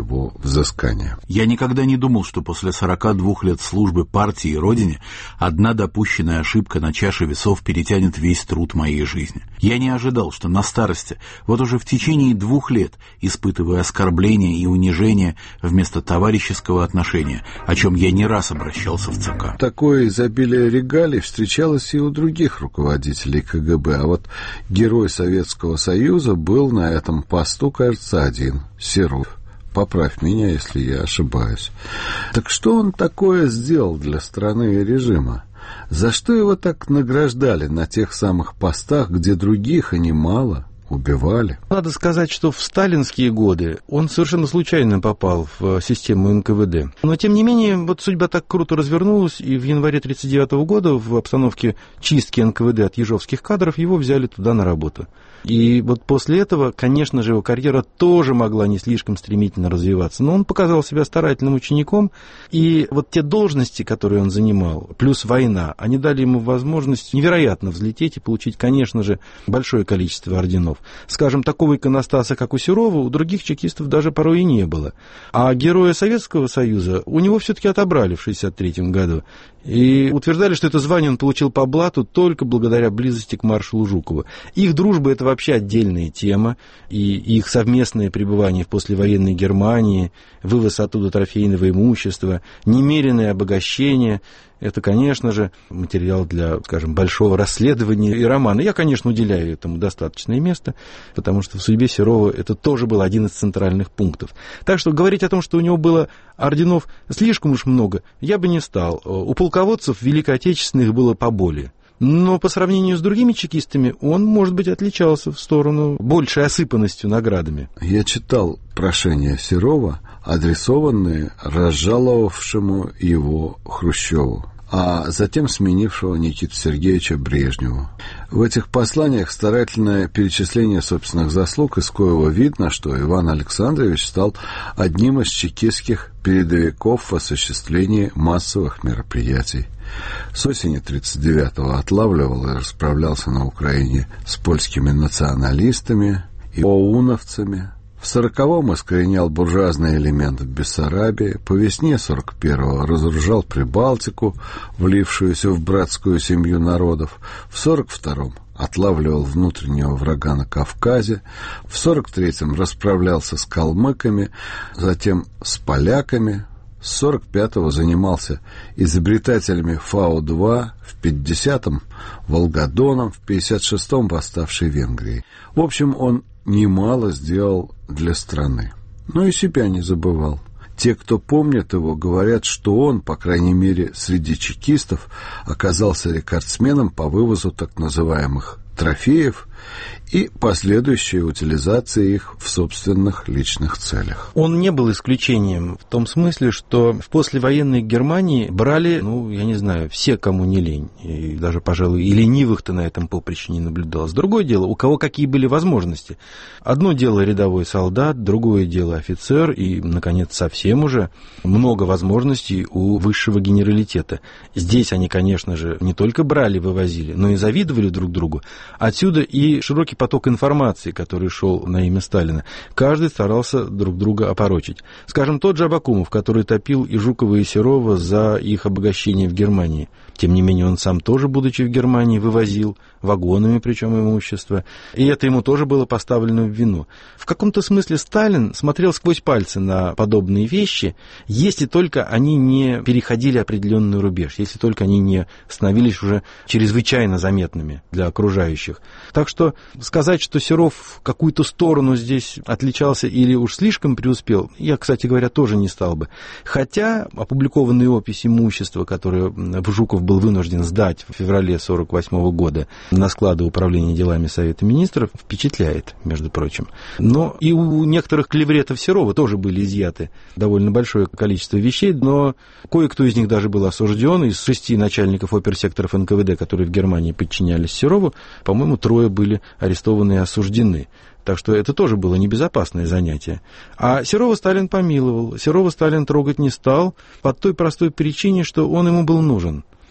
взыскания. Я никогда не думал, что после сорока двух лет службы партии и родине одна допущенная ошибка на чаше весов перетянет весь труд моей жизни. Я не ожидал, что на старости, вот уже в течение двух лет, испытывая оскорбления и унижения вместо товарищеского отношения, о чем я не раз обращался в ЦК. Такое изобилие регалий встречалось и у других руководителей КГБ, а вот герой Советского Союза был на этом посту, кажется, один — Серов. Поправь меня, если я ошибаюсь. Так что он такое сделал для страны и режима? За что его так награждали на тех самых постах, где других и немало убивали? Надо сказать, что в сталинские годы он совершенно случайно попал в систему эн ка вэ дэ. Но, тем не менее, вот судьба так круто развернулась, и в январе тысяча девятьсот тридцать девятого года в обстановке чистки эн ка вэ дэ от ежовских кадров его взяли туда на работу. И вот после этого, конечно же, его карьера тоже могла не слишком стремительно развиваться, но он показал себя старательным учеником, и вот те должности, которые он занимал, плюс война, они дали ему возможность невероятно взлететь и получить, конечно же, большое количество орденов. Скажем, такого иконостаса, как у Серова, у других чекистов даже порой и не было. А героя Советского Союза у него все-таки отобрали в шестьдесят третьем году. И утверждали, что это звание он получил по блату только благодаря близости к маршалу Жукову. Их дружба — это вообще отдельная тема, и их совместное пребывание в послевоенной Германии, вывоз оттуда трофейного имущества, немеренное обогащение — это, конечно же, материал для, скажем, большого расследования и романа. Я, конечно, уделяю этому достаточное место, потому что в судьбе Серова это тоже был один из центральных пунктов. Так что говорить о том, что у него было орденов слишком уж много, я бы не стал. У полководцев Великой Отечественной их было поболее. Но по сравнению с другими чекистами он, может быть, отличался в сторону большей осыпанностью наградами. Я читал прошения Серова, адресованные разжаловавшему его Хрущеву, а затем сменившего Никиту Сергеевича Брежневу. В этих посланиях старательное перечисление собственных заслуг, из коего видно, что Иван Александрович стал одним из чекистских передовиков в осуществлении массовых мероприятий. С осени тридцать девятого отлавливал и расправлялся на Украине с польскими националистами и оуновцами. В сороковом искоренял буржуазные элементы в Бессарабии, по весне сорок первого разоружал Прибалтику, влившуюся в братскую семью народов, в сорок втором отлавливал внутреннего врага на Кавказе, в сорок третьем расправлялся с калмыками, затем с поляками, с сорок пятого занимался изобретателями Фау два, в пятидесятом Волгодоном, в пятьдесят шестом восставшей Венгрии. В общем, он немало сделал для страны. Но и себя не забывал. Те, кто помнит его, говорят, что он, по крайней мере, среди чекистов, оказался рекордсменом по вывозу так называемых трофеев и последующей утилизации их в собственных личных целях. Он не был исключением в том смысле, что в послевоенной Германии брали, ну, я не знаю, все, кому не лень. И даже, пожалуй, и ленивых-то на этом поприще не наблюдалось. Другое дело, у кого какие были возможности. Одно дело рядовой солдат, другое дело офицер, и, наконец, совсем уже много возможностей у высшего генералитета. Здесь они, конечно же, не только брали, вывозили, но и завидовали друг другу. Отсюда и широкий поток информации, который шел на имя Сталина. Каждый старался друг друга опорочить. Скажем, тот же Абакумов, который топил и Жукова, и Серова за их обогащение в Германии. Тем не менее, он сам тоже, будучи в Германии, вывозил вагонами, причем имущество, и это ему тоже было поставлено в вину. В каком-то смысле Сталин смотрел сквозь пальцы на подобные вещи, если только они не переходили определенный рубеж, если только они не становились уже чрезвычайно заметными для окружающих. Так что сказать, что Серов в какую-то сторону здесь отличался или уж слишком преуспел, я, кстати говоря, тоже не стал бы. Хотя опубликованная опись имущества, которое Жуков был вынужден сдать в феврале сорок восьмого года на склады управления делами Совета Министров, впечатляет, между прочим. Но и у некоторых клевретов Серова тоже были изъяты довольно большое количество вещей, но кое-кто из них даже был осужден. Из шести начальников оперсекторов эн ка вэ дэ, которые в Германии подчинялись Серову, по-моему, трое были арестованы и осуждены. Так что это тоже было небезопасное занятие. А Серова Сталин помиловал. Серова Сталин трогать не стал по той простой причине, что он ему был нужен.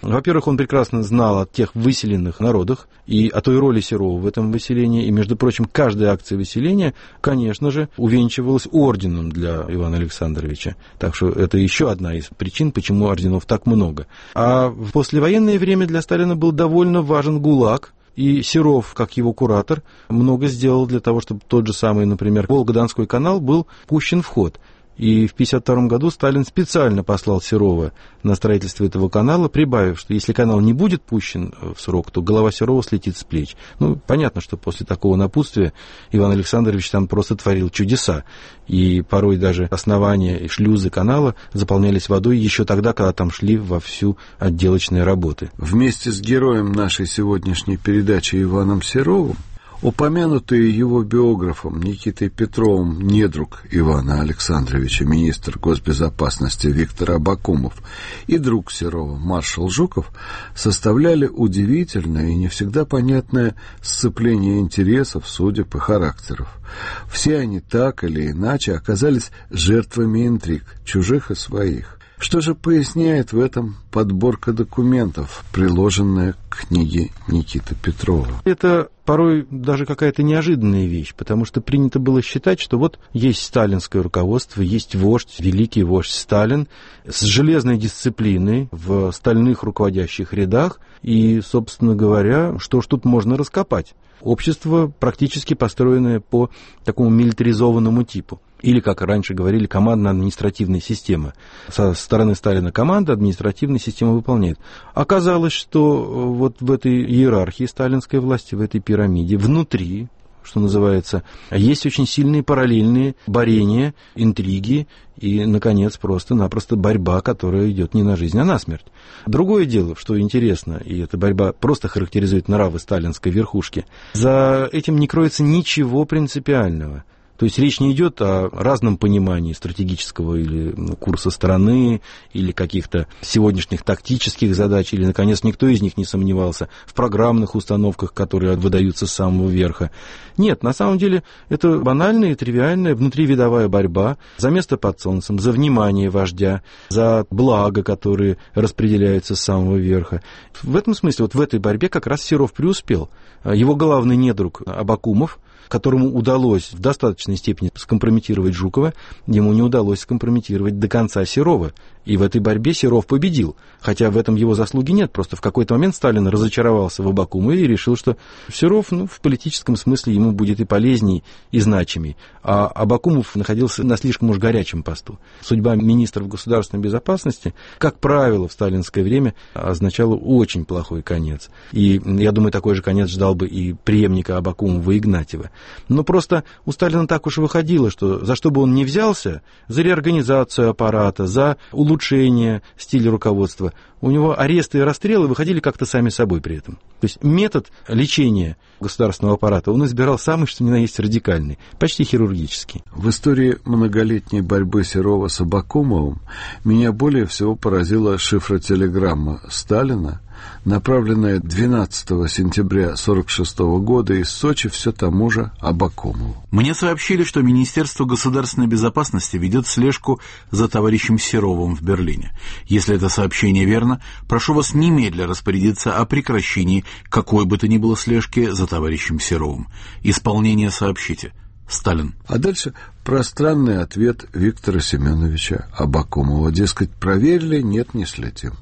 Во-первых, он прекрасно знал о тех выселенных народах и о той роли Серова в этом выселении. И, между прочим, каждая акция выселения, конечно же, увенчивалась орденом для Ивана Александровича. Так что это еще одна из причин, почему орденов так много. А в послевоенное время для Сталина был довольно важен ГУЛАГ. И Серов, как его куратор, много сделал для того, чтобы тот же самый, например, Волго-Донской канал был пущен в ход. И в тысяча девятьсот пятьдесят втором году Сталин специально послал Серова на строительство этого канала, прибавив, что если канал не будет пущен в срок, то голова Серова слетит с плеч. Ну, понятно, что после такого напутствия Иван Александрович там просто творил чудеса. И порой даже основания и шлюзы канала заполнялись водой еще тогда, когда там шли вовсю отделочные работы. Вместе с героем нашей сегодняшней передачи Иваном Серовым, упомянутый его биографом Никитой Петровым недруг Ивана Александровича, министр госбезопасности Виктор Абакумов, и друг Серова, маршал Жуков, составляли удивительное и не всегда понятное сцепление интересов, судеб и характеров. Все они так или иначе оказались жертвами интриг, чужих и своих. Что же поясняет в этом подборка документов, приложенная к книге Никиты Петрова? Это порой даже какая-то неожиданная вещь, потому что принято было считать, что вот есть сталинское руководство, есть вождь, великий вождь Сталин, с железной дисциплиной в стальных руководящих рядах, и, собственно говоря, что ж тут можно раскопать? Общество, практически построенное по такому милитаризованному типу. Или, как раньше говорили, командно-административная система. Со стороны Сталина команда, административная система выполняет. Оказалось, что вот в этой иерархии сталинской власти, в этой пирамиде, внутри, что называется, есть очень сильные параллельные борения, интриги и, наконец, просто-напросто борьба, которая идет не на жизнь, а на смерть. Другое дело, что интересно, и эта борьба просто характеризует нравы сталинской верхушки, за этим не кроется ничего принципиального. То есть речь не идет о разном понимании стратегического или курса страны, или каких-то сегодняшних тактических задач, или, наконец, никто из них не сомневался в программных установках, которые выдаются с самого верха. Нет, на самом деле это банальная и тривиальная внутривидовая борьба за место под солнцем, за внимание вождя, за благо, которые распределяются с самого верха. В этом смысле, вот в этой борьбе как раз Серов преуспел. Его главный недруг Абакумов, которому удалось в достаточной степени скомпрометировать Жукова, ему не удалось скомпрометировать до конца Серова. И в этой борьбе Серов победил. Хотя в этом его заслуги нет. Просто в какой-то момент Сталин разочаровался в Абакумове и решил, что Серов, ну, в политическом смысле ему будет и полезней, и значимей. А Абакумов находился на слишком уж горячем посту. Судьба министров государственной безопасности, как правило, в сталинское время означала очень плохой конец. И, я думаю, такой же конец ждал бы и преемника Абакумова Игнатьева. Но просто у Сталина так уж и выходило, что за что бы он ни взялся, за реорганизацию аппарата, за улучшение стиля руководства, у него аресты и расстрелы выходили как-то сами собой при этом. То есть метод лечения государственного аппарата он избирал самый, что ни на есть, радикальный, почти хирургический. В истории многолетней борьбы Серова с Абакумовым меня более всего поразила шифротелеграмма Сталина, направленная двенадцатого сентября сорок шестого года из Сочи все тому же Абакумову. Мне сообщили, что Министерство государственной безопасности ведет слежку за товарищем Серовым в Берлине. Если это сообщение верно, прошу вас немедля распорядиться о прекращении какой бы то ни было слежки за товарищем Серовым. Исполнение сообщите. Сталин. А дальше пространный ответ Виктора Семеновича Абакумова. Дескать, проверили, нет, не следим.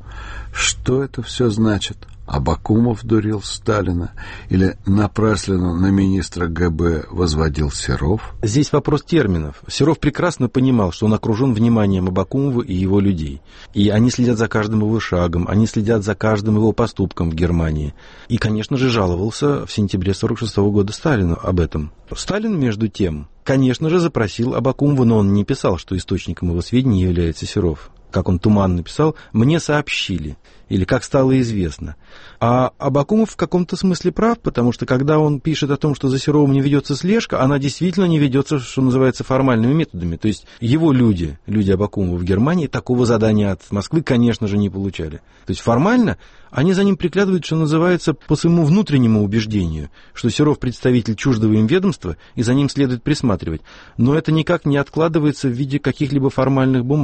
Что это все значит? Абакумов дурил Сталина? Или напрасленно на министра ГБ возводил Серов? Здесь вопрос терминов. Серов прекрасно понимал, что он окружен вниманием Абакумова и его людей. И они следят за каждым его шагом, они следят за каждым его поступком в Германии. И, конечно же, жаловался в сентябре сорок шестого года Сталину об этом. Сталин, между тем, конечно же, запросил Абакумова, но он не писал, что источником его сведений является Серов. Как он туманно писал, «мне сообщили», или «как стало известно». А Абакумов в каком-то смысле прав, потому что когда он пишет о том, что за Серовым не ведется слежка, она действительно не ведется, что называется, формальными методами. То есть его люди, люди Абакумова в Германии, такого задания от Москвы, конечно же, не получали. То есть формально они за ним приглядывают, что называется, по своему внутреннему убеждению, что Серов представитель чуждого им ведомства, и за ним следует присматривать. Но это никак не откладывается в виде каких-либо формальных бумаг.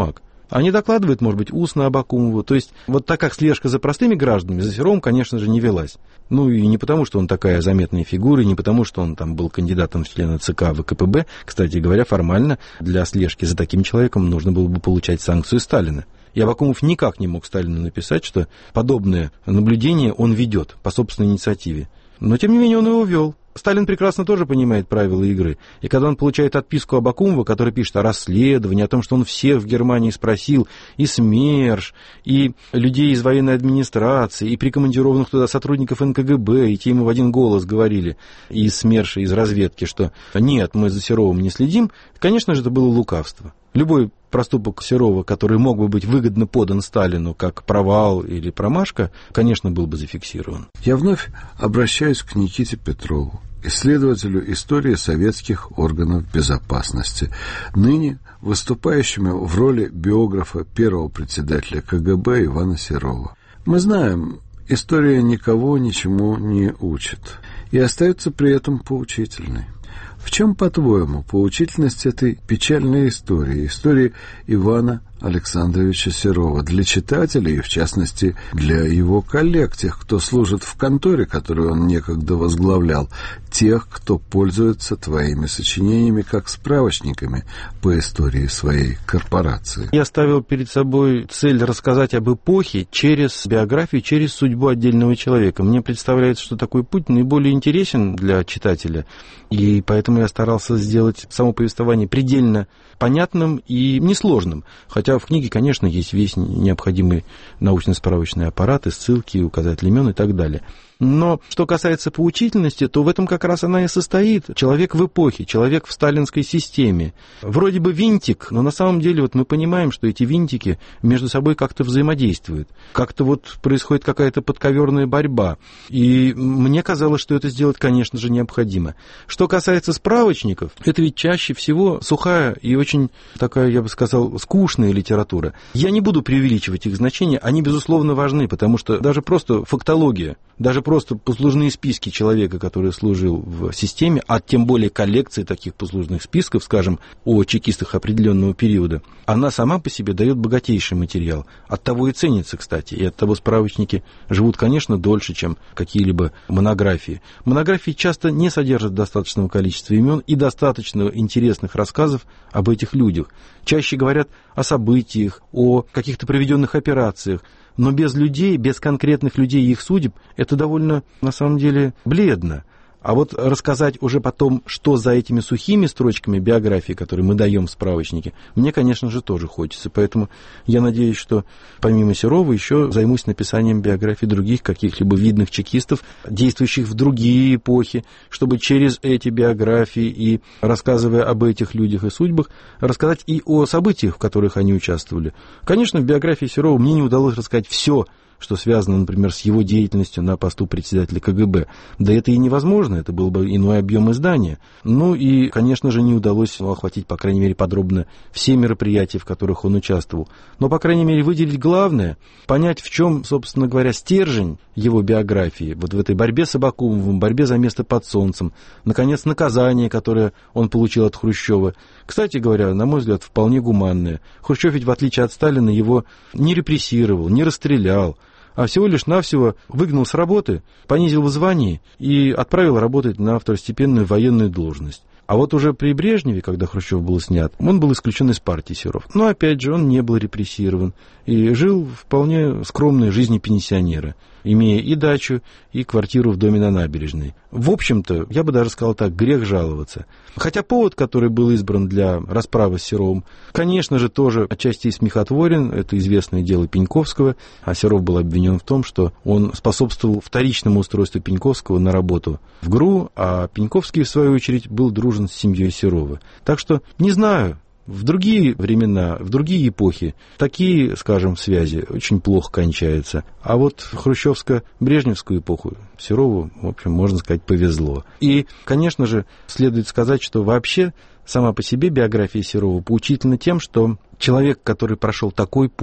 Они докладывают, может быть, устно Абакумову. То есть вот такая слежка за простыми гражданами, за Серовым, конечно же, не велась. Ну и не потому, что он такая заметная фигура, и не потому, что он там был кандидатом в члены ЦК ВКПБ. Кстати говоря, формально для слежки за таким человеком нужно было бы получать санкцию Сталина. И Абакумов никак не мог Сталину написать, что подобное наблюдение он ведет по собственной инициативе. Но, тем не менее, он его вел. Сталин прекрасно тоже понимает правила игры. И когда он получает отписку Абакумова, который пишет о расследовании, о том, что он всех в Германии спросил, и СМЕРШ, и людей из военной администрации, и прикомандированных туда сотрудников эн ка гэ бэ, и те ему в один голос говорили из СМЕРШа, из разведки, что нет, мы за Серовым не следим, конечно же, это было лукавство. Любой проступок Серова, который мог бы быть выгодно подан Сталину как провал или промашка, конечно, был бы зафиксирован. Я вновь обращаюсь к Никите Петрову, исследователю истории советских органов безопасности, ныне выступающему в роли биографа первого председателя ка гэ бэ Ивана Серова. Мы знаем, история никого ничему не учит и остается при этом поучительной. В чем, по-твоему, поучительность этой печальной истории, истории Ивана Александровича Серова для читателей и, в частности, для его коллег, тех, кто служит в конторе, которую он некогда возглавлял, тех, кто пользуется твоими сочинениями как справочниками по истории своей корпорации? Я ставил перед собой цель рассказать об эпохе через биографию, через судьбу отдельного человека. Мне представляется, что такой путь наиболее интересен для читателя, и поэтому я старался сделать само повествование предельно понятным и несложным. Хотя в книге, конечно, есть весь необходимый научно-справочный аппарат, и ссылки, и указатели имен и так далее. Но что касается поучительности, то в этом как раз она и состоит. Человек в эпохе, человек в сталинской системе. Вроде бы винтик, но на самом деле вот мы понимаем, что эти винтики между собой как-то взаимодействуют. Как-то вот происходит какая-то подковерная борьба. И мне казалось, что это сделать, конечно же, необходимо. Что касается справочников, это ведь чаще всего сухая и очень такая, я бы сказал, скучная литература. Я не буду преувеличивать их значение, они, безусловно, важны, потому что даже просто фактология, даже просто послужные списки человека, который служил в системе, а тем более коллекции таких послужных списков, скажем, о чекистах определенного периода, она сама по себе дает богатейший материал. Оттого и ценится, кстати, и оттого справочники живут, конечно, дольше, чем какие-либо монографии. Монографии часто не содержат достаточного количества имен и достаточно интересных рассказов об этих людях. Чаще говорят о событиях, о каких-то проведенных операциях. Но без людей, без конкретных людей и их судеб, это довольно, на самом деле, бледно. А вот рассказать уже потом, что за этими сухими строчками биографии, которые мы даем в справочнике, мне, конечно же, тоже хочется. Поэтому я надеюсь, что помимо Серова еще займусь написанием биографий других каких-либо видных чекистов, действующих в другие эпохи, чтобы через эти биографии и рассказывая об этих людях и судьбах, рассказать и о событиях, в которых они участвовали. Конечно, в биографии Серова мне не удалось рассказать все, что связано, например, с его деятельностью на посту председателя ка гэ бэ. Да это и невозможно, это был бы иной объем издания. Ну и, конечно же, не удалось охватить, по крайней мере, подробно все мероприятия, в которых он участвовал. Но, по крайней мере, выделить главное, понять, в чем, собственно говоря, стержень его биографии, вот в этой борьбе с Абакумовым, борьбе за место под солнцем, наконец, наказание, которое он получил от Хрущева. Кстати говоря, на мой взгляд, вполне гуманное. Хрущев ведь, в отличие от Сталина, его не репрессировал, не расстрелял, а всего лишь навсего выгнал с работы, понизил в звании и отправил работать на второстепенную военную должность. А вот уже при Брежневе, когда Хрущев был снят, он был исключен из партии Серов. Но опять же, он не был репрессирован и жил вполне скромной жизнью пенсионера, имея и дачу, и квартиру в доме на набережной. В общем-то, я бы даже сказал так, грех жаловаться. Хотя повод, который был избран для расправы с Серовым, конечно же, тоже отчасти и смехотворен. Это известное дело Пеньковского. А Серов был обвинен в том, что он способствовал вторичному устройству Пеньковского на работу в ГРУ, а Пеньковский, в свою очередь, был дружен с семьей Серова. Так что, не знаю, в другие времена, в другие эпохи такие, скажем, связи очень плохо кончаются. А вот в хрущевско-брежневскую эпоху Серову, в общем, можно сказать, повезло. И, конечно же, следует сказать, что вообще сама по себе биография Серова поучительна тем, что человек, который прошел такой путь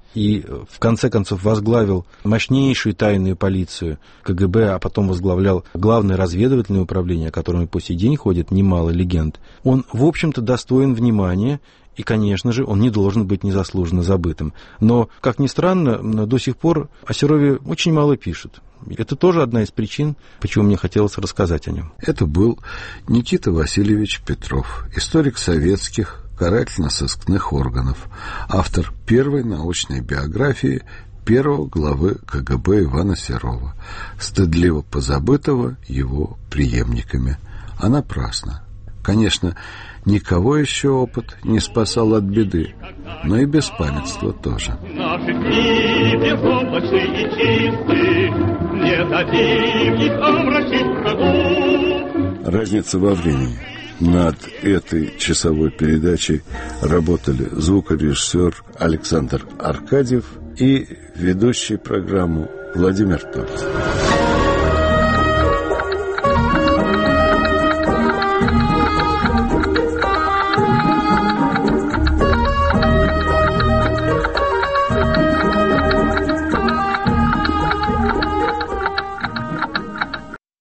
и в конце концов возглавил мощнейшую тайную полицию ка гэ бэ, а потом возглавлял Главное разведывательное управление, о котором и по сей день ходит немало легенд, он, в общем-то, достоин внимания, и, конечно же, он не должен быть незаслуженно забытым. Но, как ни странно, до сих пор о Серове очень мало пишут. Это тоже одна из причин, почему мне хотелось рассказать о нем. Это был Никита Васильевич Петров, историк советских карательно-сыскных органов, автор первой научной биографии первого главы ка гэ бэ Ивана Серова, стыдливо позабытого его преемниками. А напрасно. Конечно, никого еще опыт не спасал от беды, но и беспамятство тоже. Наши дни безоблачны и чисты, не дадим их омрачить врагу. Разница во времени. Над этой часовой передачей работали звукорежиссер Александр Аркадьев и ведущий программу Владимир Тольцев.